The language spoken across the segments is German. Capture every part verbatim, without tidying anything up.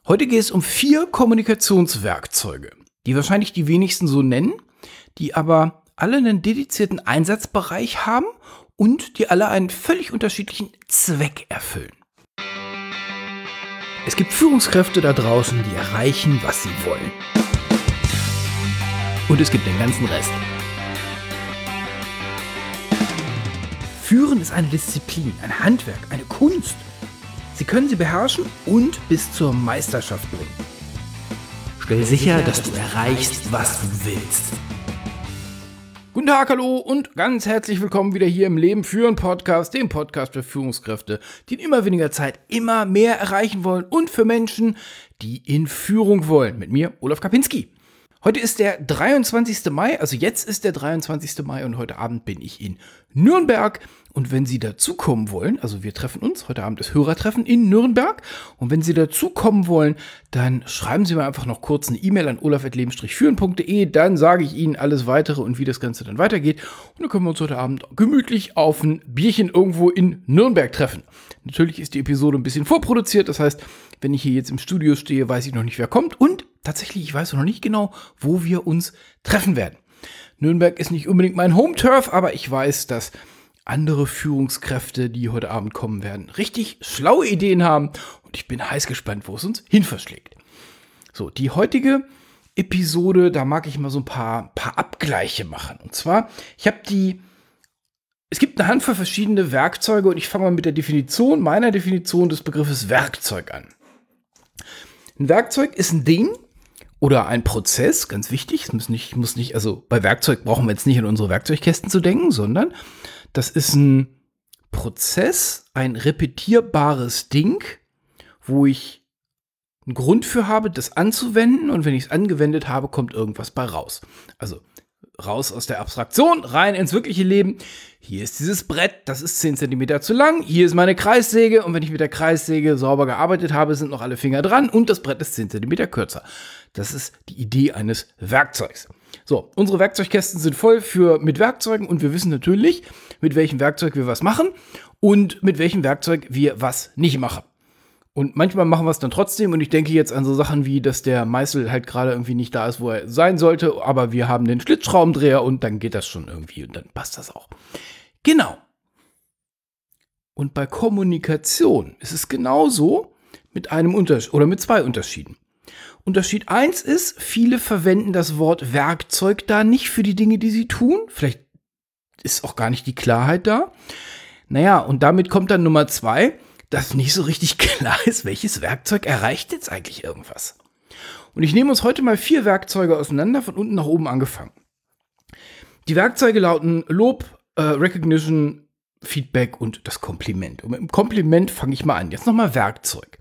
Heute geht es um vier Kommunikationswerkzeuge, die wahrscheinlich die wenigsten so nennen, die aber alle einen dedizierten Einsatzbereich haben und die alle einen völlig unterschiedlichen Zweck erfüllen. Es gibt Führungskräfte da draußen, die erreichen, was sie wollen. Und es gibt den ganzen Rest. Führen ist eine Disziplin, ein Handwerk, eine Kunst. Sie können sie beherrschen und bis zur Meisterschaft bringen. Stell sicher, dass du erreichst, was du willst. Guten Tag, hallo und ganz herzlich willkommen wieder hier im Leben führen Podcast, dem Podcast für Führungskräfte, die in immer weniger Zeit immer mehr erreichen wollen und für Menschen, die in Führung wollen. Mit mir, Olaf Kapinski. Heute ist der dreiundzwanzigste Mai, also jetzt ist der dreiundzwanzigste Mai und heute Abend bin ich in Nürnberg. Und wenn Sie dazukommen wollen, also wir treffen uns, heute Abend ist Hörertreffen in Nürnberg. Und wenn Sie dazukommen wollen, dann schreiben Sie mir einfach noch kurz eine E-Mail an olaf at leben führen punkt de. Dann sage ich Ihnen alles Weitere und wie das Ganze dann weitergeht. Und dann können wir uns heute Abend gemütlich auf ein Bierchen irgendwo in Nürnberg treffen. Natürlich ist die Episode ein bisschen vorproduziert. Das heißt, wenn ich hier jetzt im Studio stehe, weiß ich noch nicht, wer kommt. Und tatsächlich, ich weiß noch nicht genau, wo wir uns treffen werden. Nürnberg ist nicht unbedingt mein Home-Turf, aber ich weiß, dass andere Führungskräfte, die heute Abend kommen werden, richtig schlaue Ideen haben. Und ich bin heiß gespannt, wo es uns hin verschlägt. So, die heutige Episode, da mag ich mal so ein paar, paar Abgleiche machen. Und zwar, ich habe die, es gibt eine Handvoll verschiedene Werkzeuge und ich fange mal mit der Definition, meiner Definition des Begriffes Werkzeug an. Ein Werkzeug ist ein Ding oder ein Prozess, ganz wichtig. Es muss nicht, muss nicht, also bei Werkzeug brauchen wir jetzt nicht an unsere Werkzeugkästen zu denken, sondern das ist ein Prozess, ein repetierbares Ding, wo ich einen Grund für habe, das anzuwenden und wenn ich es angewendet habe, kommt irgendwas bei raus. Also raus aus der Abstraktion, rein ins wirkliche Leben. Hier ist dieses Brett, das ist zehn Zentimeter zu lang. Hier ist meine Kreissäge und wenn ich mit der Kreissäge sauber gearbeitet habe, sind noch alle Finger dran und das Brett ist zehn Zentimeter kürzer. Das ist die Idee eines Werkzeugs. So, unsere Werkzeugkästen sind voll für, mit Werkzeugen und wir wissen natürlich, mit welchem Werkzeug wir was machen und mit welchem Werkzeug wir was nicht machen. Und manchmal machen wir es dann trotzdem und ich denke jetzt an so Sachen wie, dass der Meißel halt gerade irgendwie nicht da ist, wo er sein sollte, aber wir haben den Schlitzschraubendreher und dann geht das schon irgendwie und dann passt das auch. Genau. Und bei Kommunikation ist es genauso mit einem Unterschied oder mit zwei Unterschieden. Unterschied eins ist, viele verwenden das Wort Werkzeug da nicht für die Dinge, die sie tun. Vielleicht ist auch gar nicht die Klarheit da. Naja, und damit kommt dann Nummer zwei, dass nicht so richtig klar ist, welches Werkzeug erreicht jetzt eigentlich irgendwas. Und ich nehme uns heute mal vier Werkzeuge auseinander, von unten nach oben angefangen. Die Werkzeuge lauten Lob, äh, Recognition, Feedback und das Kompliment. Und mit dem Kompliment fange ich mal an. Jetzt nochmal Werkzeug.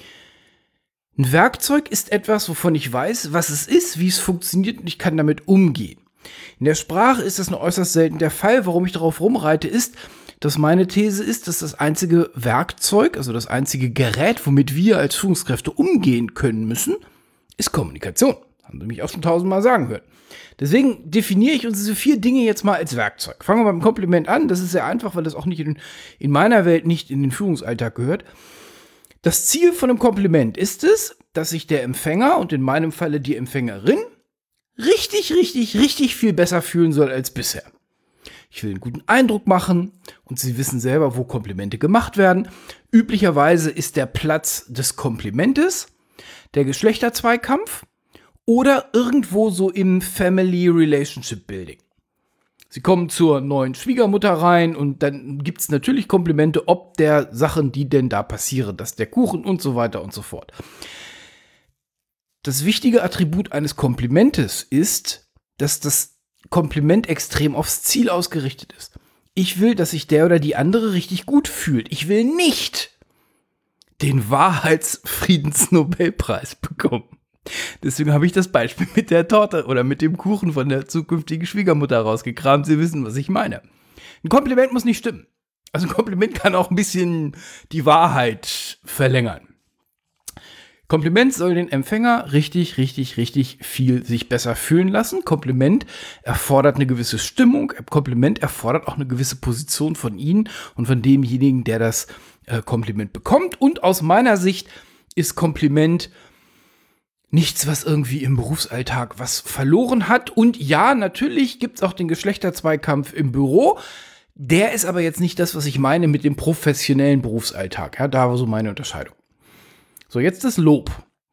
Ein Werkzeug ist etwas, wovon ich weiß, was es ist, wie es funktioniert und ich kann damit umgehen. In der Sprache ist das nur äußerst selten der Fall. Warum ich darauf rumreite, ist, dass meine These ist, dass das einzige Werkzeug, also das einzige Gerät, womit wir als Führungskräfte umgehen können müssen, ist Kommunikation. Haben Sie mich auch schon tausendmal sagen hören. Deswegen definiere ich uns diese vier Dinge jetzt mal als Werkzeug. Fangen wir beim Kompliment an. Das ist sehr einfach, weil das auch nicht in, in meiner Welt nicht in den Führungsalltag gehört. Das Ziel von einem Kompliment ist es, dass sich der Empfänger und in meinem Falle die Empfängerin richtig, richtig, richtig viel besser fühlen soll als bisher. Ich will einen guten Eindruck machen und Sie wissen selber, wo Komplimente gemacht werden. Üblicherweise ist der Platz des Komplimentes der Geschlechterzweikampf oder irgendwo so im Family Relationship Building. Sie kommen zur neuen Schwiegermutter rein und dann gibt es natürlich Komplimente, ob der Sachen, die denn da passieren, dass der Kuchen und so weiter und so fort. Das wichtige Attribut eines Komplimentes ist, dass das Kompliment extrem aufs Ziel ausgerichtet ist. Ich will, dass sich der oder die andere richtig gut fühlt. Ich will nicht den Wahrheitsfriedensnobelpreis bekommen. Deswegen habe ich das Beispiel mit der Torte oder mit dem Kuchen von der zukünftigen Schwiegermutter rausgekramt. Sie wissen, was ich meine. Ein Kompliment muss nicht stimmen. Also ein Kompliment kann auch ein bisschen die Wahrheit verlängern. Kompliment soll den Empfänger richtig, richtig, richtig viel sich besser fühlen lassen. Kompliment erfordert eine gewisse Stimmung. Kompliment erfordert auch eine gewisse Position von Ihnen und von demjenigen, der das äh, Kompliment bekommt. Und aus meiner Sicht ist Kompliment nichts, was irgendwie im Berufsalltag was verloren hat. Und ja, natürlich gibt es auch den Geschlechterzweikampf im Büro. Der ist aber jetzt nicht das, was ich meine mit dem professionellen Berufsalltag. Ja, da war so meine Unterscheidung. So, jetzt das Lob.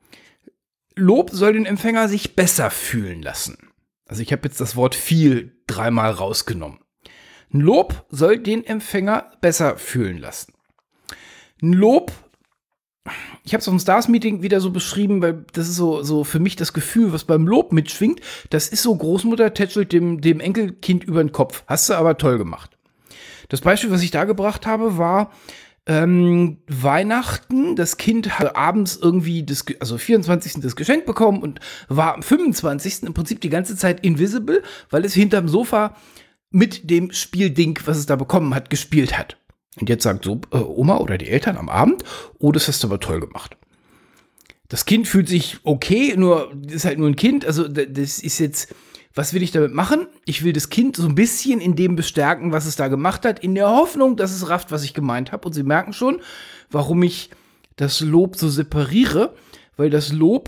Lob soll den Empfänger sich besser fühlen lassen. Also ich habe jetzt das Wort viel dreimal rausgenommen. Ein Lob soll den Empfänger besser fühlen lassen. Ein Lob, ich habe es auf dem Stars-Meeting wieder so beschrieben, weil das ist so, so für mich das Gefühl, was beim Lob mitschwingt. Das ist so, Großmutter tätschelt dem, dem Enkelkind über den Kopf. Hast du aber toll gemacht. Das Beispiel, was ich da gebracht habe, war ähm, Weihnachten. Das Kind hat abends irgendwie, das, also vierundzwanzigsten das Geschenk bekommen und war am fünfundzwanzigsten im Prinzip die ganze Zeit invisible, weil es hinterm Sofa mit dem Spielding, was es da bekommen hat, gespielt hat. Und jetzt sagt so äh, Oma oder die Eltern am Abend, oh, das hast du aber toll gemacht. Das Kind fühlt sich okay, nur ist halt nur ein Kind. Also das ist jetzt, was will ich damit machen? Ich will das Kind so ein bisschen in dem bestärken, was es da gemacht hat, in der Hoffnung, dass es rafft, was ich gemeint habe. Und Sie merken schon, warum ich das Lob so separiere, weil das Lob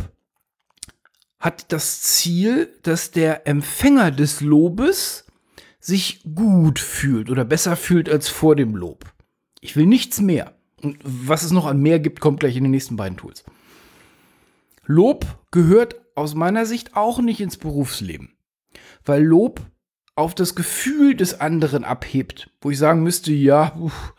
hat das Ziel, dass der Empfänger des Lobes sich gut fühlt oder besser fühlt als vor dem Lob. Ich will nichts mehr. Und was es noch an mehr gibt, kommt gleich in den nächsten beiden Tools. Lob gehört aus meiner Sicht auch nicht ins Berufsleben, weil Lob auf das Gefühl des anderen abhebt, wo ich sagen müsste, ja, uff,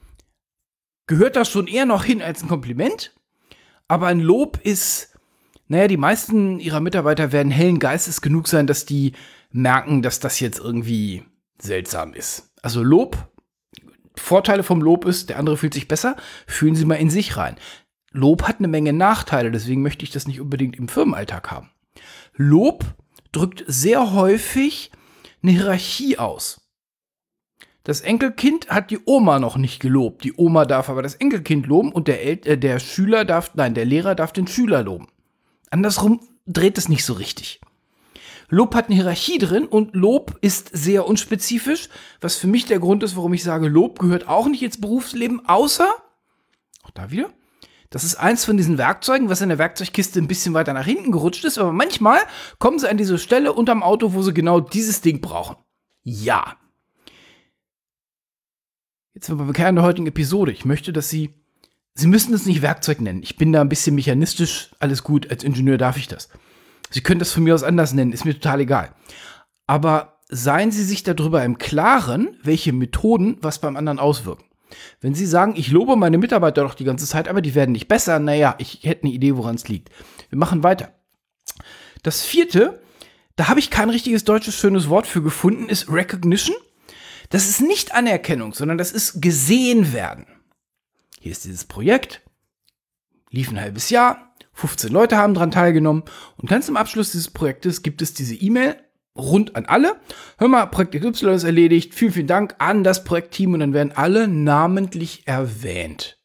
gehört das schon eher noch hin als ein Kompliment, aber ein Lob ist, naja, die meisten ihrer Mitarbeiter werden hellen Geistes genug sein, dass die merken, dass das jetzt irgendwie seltsam ist. Also Lob, Vorteile vom Lob ist, der andere fühlt sich besser, fühlen Sie mal in sich rein. Lob hat eine Menge Nachteile, deswegen möchte ich das nicht unbedingt im Firmenalltag haben. Lob drückt sehr häufig eine Hierarchie aus. Das Enkelkind hat die Oma noch nicht gelobt, die Oma darf aber das Enkelkind loben und der, El- äh, der Schüler darf, nein, der Lehrer darf den Schüler loben. Andersrum dreht es nicht so richtig. Lob hat eine Hierarchie drin und Lob ist sehr unspezifisch, was für mich der Grund ist, warum ich sage, Lob gehört auch nicht ins Berufsleben, außer, auch da wieder, das ist eins von diesen Werkzeugen, was in der Werkzeugkiste ein bisschen weiter nach hinten gerutscht ist, aber manchmal kommen sie an diese Stelle unterm Auto, wo sie genau dieses Ding brauchen. Ja. Jetzt sind wir beim Kern der heutigen Episode. Ich möchte, dass Sie, Sie müssen es nicht Werkzeug nennen. Ich bin da ein bisschen mechanistisch, alles gut, als Ingenieur darf ich das. Sie können das von mir aus anders nennen, ist mir total egal. Aber seien Sie sich darüber im Klaren, welche Methoden was beim anderen auswirken. Wenn Sie sagen, ich lobe meine Mitarbeiter doch die ganze Zeit, aber die werden nicht besser, naja, ich hätte eine Idee, woran es liegt. Wir machen weiter. Das vierte, da habe ich kein richtiges deutsches schönes Wort für gefunden, ist Recognition. Das ist nicht Anerkennung, sondern das ist gesehen werden. Hier ist dieses Projekt, lief ein halbes Jahr, fünfzehn Leute haben daran teilgenommen und ganz am Abschluss dieses Projektes gibt es diese E-Mail rund an alle. Hör mal, Projekt X Y ist erledigt, vielen, vielen Dank an das Projektteam und dann werden alle namentlich erwähnt.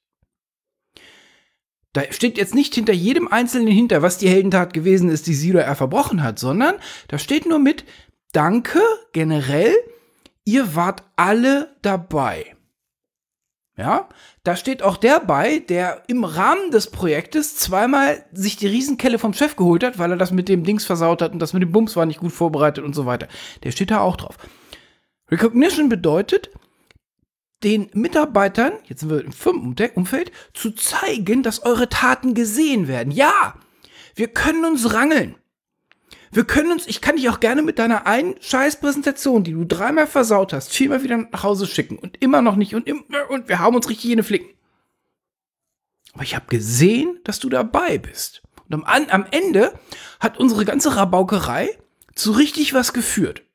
Da steht jetzt nicht hinter jedem Einzelnen hinter, was die Heldentat gewesen ist, die sie oder er verbrochen hat, sondern da steht nur mit, danke generell, ihr wart alle dabei. Ja, da steht auch der bei, der im Rahmen des Projektes zweimal sich die Riesenkelle vom Chef geholt hat, weil er das mit dem Dings versaut hat und das mit dem Bums war nicht gut vorbereitet und so weiter. Der steht da auch drauf. Recognition bedeutet, den Mitarbeitern, jetzt sind wir im Firmenumfeld, zu zeigen, dass eure Taten gesehen werden. Ja, wir können uns rangeln. Wir können uns, ich kann dich auch gerne mit deiner einen Scheiß-Präsentation, die du dreimal versaut hast, viermal wieder nach Hause schicken und immer noch nicht und, im, und wir haben uns richtig in die Flicken. Aber ich habe gesehen, dass du dabei bist. Und am, am Ende hat unsere ganze Rabaukerei zu richtig was geführt.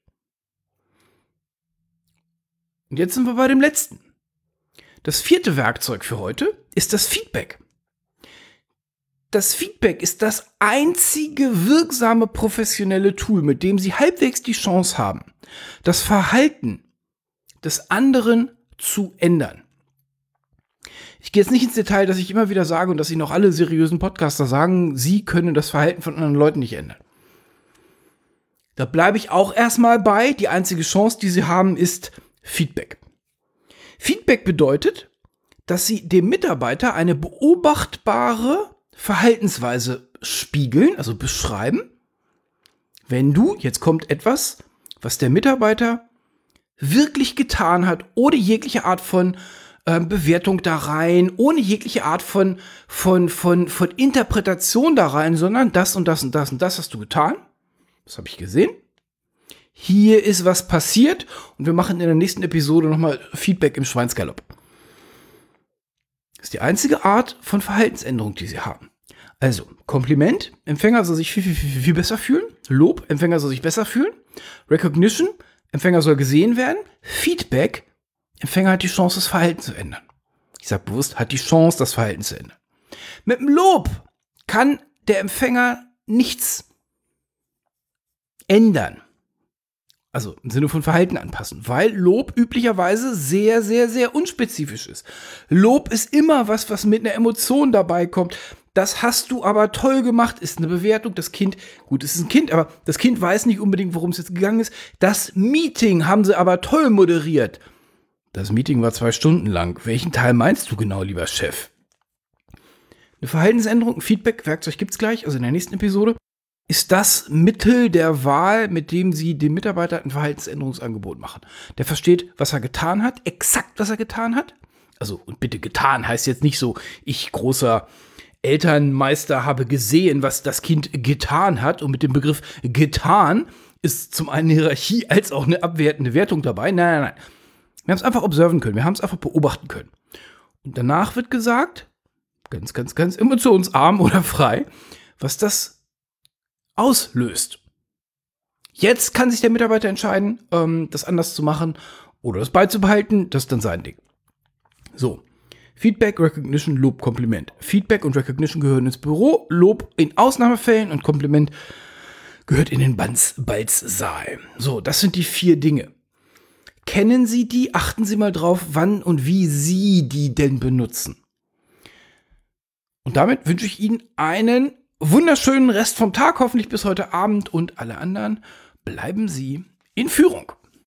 Und jetzt sind wir bei dem letzten. Das vierte Werkzeug für heute ist das Feedback. Das Feedback ist das einzige wirksame professionelle Tool, mit dem Sie halbwegs die Chance haben, das Verhalten des anderen zu ändern. Ich gehe jetzt nicht ins Detail, dass ich immer wieder sage und dass Ihnen auch alle seriösen Podcaster sagen, Sie können das Verhalten von anderen Leuten nicht ändern. Da bleibe ich auch erstmal bei. Die einzige Chance, die Sie haben, ist Feedback. Feedback bedeutet, dass Sie dem Mitarbeiter eine beobachtbare Verhaltensweise spiegeln, also beschreiben, wenn du, jetzt kommt etwas, was der Mitarbeiter wirklich getan hat, ohne jegliche Art von äh, Bewertung da rein, ohne jegliche Art von, von, von, von Interpretation da rein, sondern das und das und das und das hast du getan. Das habe ich gesehen. Hier ist was passiert und wir machen in der nächsten Episode nochmal Feedback im Schweinsgalopp. Das ist die einzige Art von Verhaltensänderung, die sie haben. Also, Kompliment, Empfänger soll sich viel, viel, viel, viel besser fühlen. Lob, Empfänger soll sich besser fühlen. Recognition, Empfänger soll gesehen werden. Feedback, Empfänger hat die Chance, das Verhalten zu ändern. Ich sage bewusst, hat die Chance, das Verhalten zu ändern. Mit dem Lob kann der Empfänger nichts ändern. Also im Sinne von Verhalten anpassen, weil Lob üblicherweise sehr, sehr, sehr unspezifisch ist. Lob ist immer was, was mit einer Emotion dabei kommt. Das hast du aber toll gemacht, ist eine Bewertung. Das Kind, gut, es ist ein Kind, aber das Kind weiß nicht unbedingt, worum es jetzt gegangen ist. Das Meeting haben sie aber toll moderiert. Das Meeting war zwei Stunden lang. Welchen Teil meinst du genau, lieber Chef? Eine Verhaltensänderung, ein Feedback-Werkzeug gibt es gleich, also in der nächsten Episode. Ist das Mittel der Wahl, mit dem Sie dem Mitarbeiter ein Verhaltensänderungsangebot machen. Der versteht, was er getan hat, exakt, was er getan hat. Also, und bitte getan heißt jetzt nicht so, ich großer Elternmeister habe gesehen, was das Kind getan hat. Und mit dem Begriff getan ist zum einen eine Hierarchie als auch eine abwertende Wertung dabei. Nein, nein, nein. Wir haben es einfach observen können, wir haben es einfach beobachten können. Und danach wird gesagt, ganz, ganz, ganz emotionsarm oder frei, was das auslöst. Jetzt kann sich der Mitarbeiter entscheiden, ähm, das anders zu machen oder das beizubehalten. Das ist dann sein Ding. So. Feedback, Recognition, Lob, Kompliment. Feedback und Recognition gehören ins Büro, Lob in Ausnahmefällen und Kompliment gehört in den Balzsaal. So, das sind die vier Dinge. Kennen Sie die? Achten Sie mal drauf, wann und wie Sie die denn benutzen. Und damit wünsche ich Ihnen einen wunderschönen Rest vom Tag, hoffentlich bis heute Abend, und alle anderen bleiben Sie in Führung.